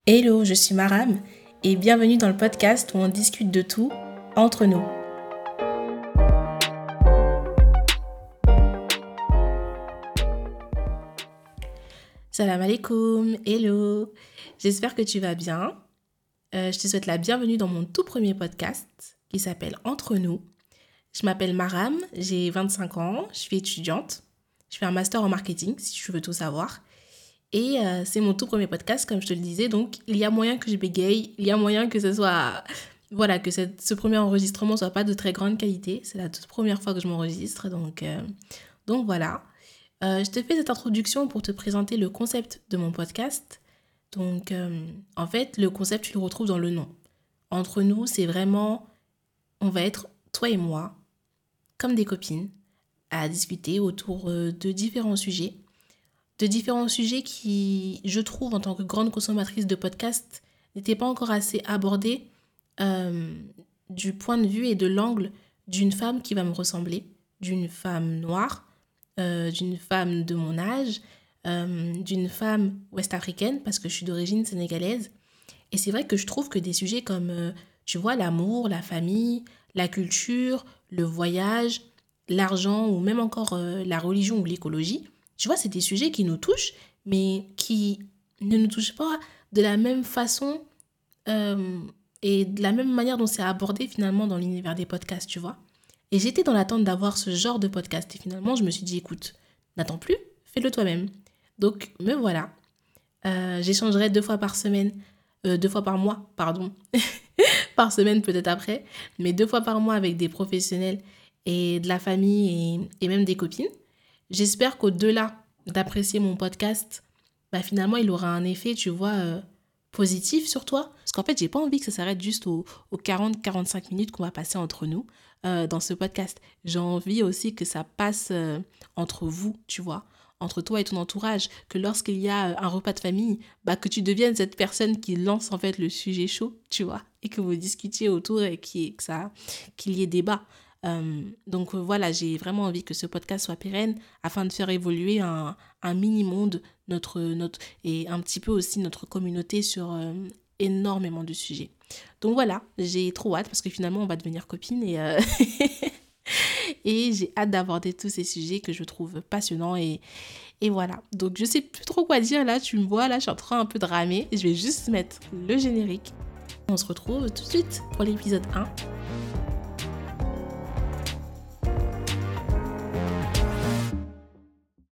Hello, je suis Maram et bienvenue dans le podcast où on discute de tout entre nous. Salam alaikum, hello, j'espère que tu vas bien. Je te souhaite la bienvenue dans mon tout premier podcast qui s'appelle Entre nous. Je m'appelle Maram, j'ai 25 ans, je suis étudiante, je fais un master en marketing si tu veux tout savoir. Et c'est mon tout premier podcast, comme je te le disais, donc il y a moyen que je bégaye, il y a moyen que ce soit, voilà, que ce premier enregistrement soit pas de très grande qualité. C'est la toute première fois que je m'enregistre, donc voilà. Je te fais cette introduction pour te présenter le concept de mon podcast. Donc, en fait, le concept, tu le retrouves dans le nom. Entre nous, c'est vraiment, on va être, toi et moi, comme des copines, à discuter autour de différents sujets. De différents sujets qui, je trouve, en tant que grande consommatrice de podcasts, n'étaient pas encore assez abordés du point de vue et de l'angle d'une femme qui va me ressembler, d'une femme noire, d'une femme de mon âge, d'une femme ouest-africaine, parce que je suis d'origine sénégalaise. Et c'est vrai que je trouve que des sujets comme, tu vois, l'amour, la famille, la culture, le voyage, l'argent ou même encore la religion ou l'écologie, tu vois, c'est des sujets qui nous touchent, mais qui ne nous touchent pas de la même façon et de la même manière dont c'est abordé finalement dans l'univers des podcasts, tu vois. Et j'étais dans l'attente d'avoir ce genre de podcast. Et finalement, je me suis dit, écoute, n'attends plus, fais-le toi-même. Donc, me voilà. J'échangerai 2 fois par semaine, 2 fois par mois, pardon. Par semaine peut-être après, mais 2 fois par mois avec des professionnels et de la famille et même des copines. J'espère qu'au-delà d'apprécier mon podcast, finalement, il aura un effet, tu vois, positif sur toi. Parce qu'en fait, j'ai pas envie que ça s'arrête juste aux 40-45 minutes qu'on va passer entre nous dans ce podcast. J'ai envie aussi que ça passe entre vous, tu vois, entre toi et ton entourage, que lorsqu'il y a un repas de famille, que tu deviennes cette personne qui lance en fait le sujet chaud, tu vois, et que vous discutiez autour et qu'il y ait débat. Donc voilà, j'ai vraiment envie que ce podcast soit pérenne afin de faire évoluer un mini-monde et un petit peu aussi notre communauté sur énormément de sujets. Donc voilà, j'ai trop hâte parce que finalement on va devenir copines et j'ai hâte d'aborder tous ces sujets que je trouve passionnants et voilà. Donc je sais plus trop quoi dire là, tu me vois là, je suis en train un peu de ramer. Je vais juste mettre le générique. On se retrouve tout de suite pour l'épisode 1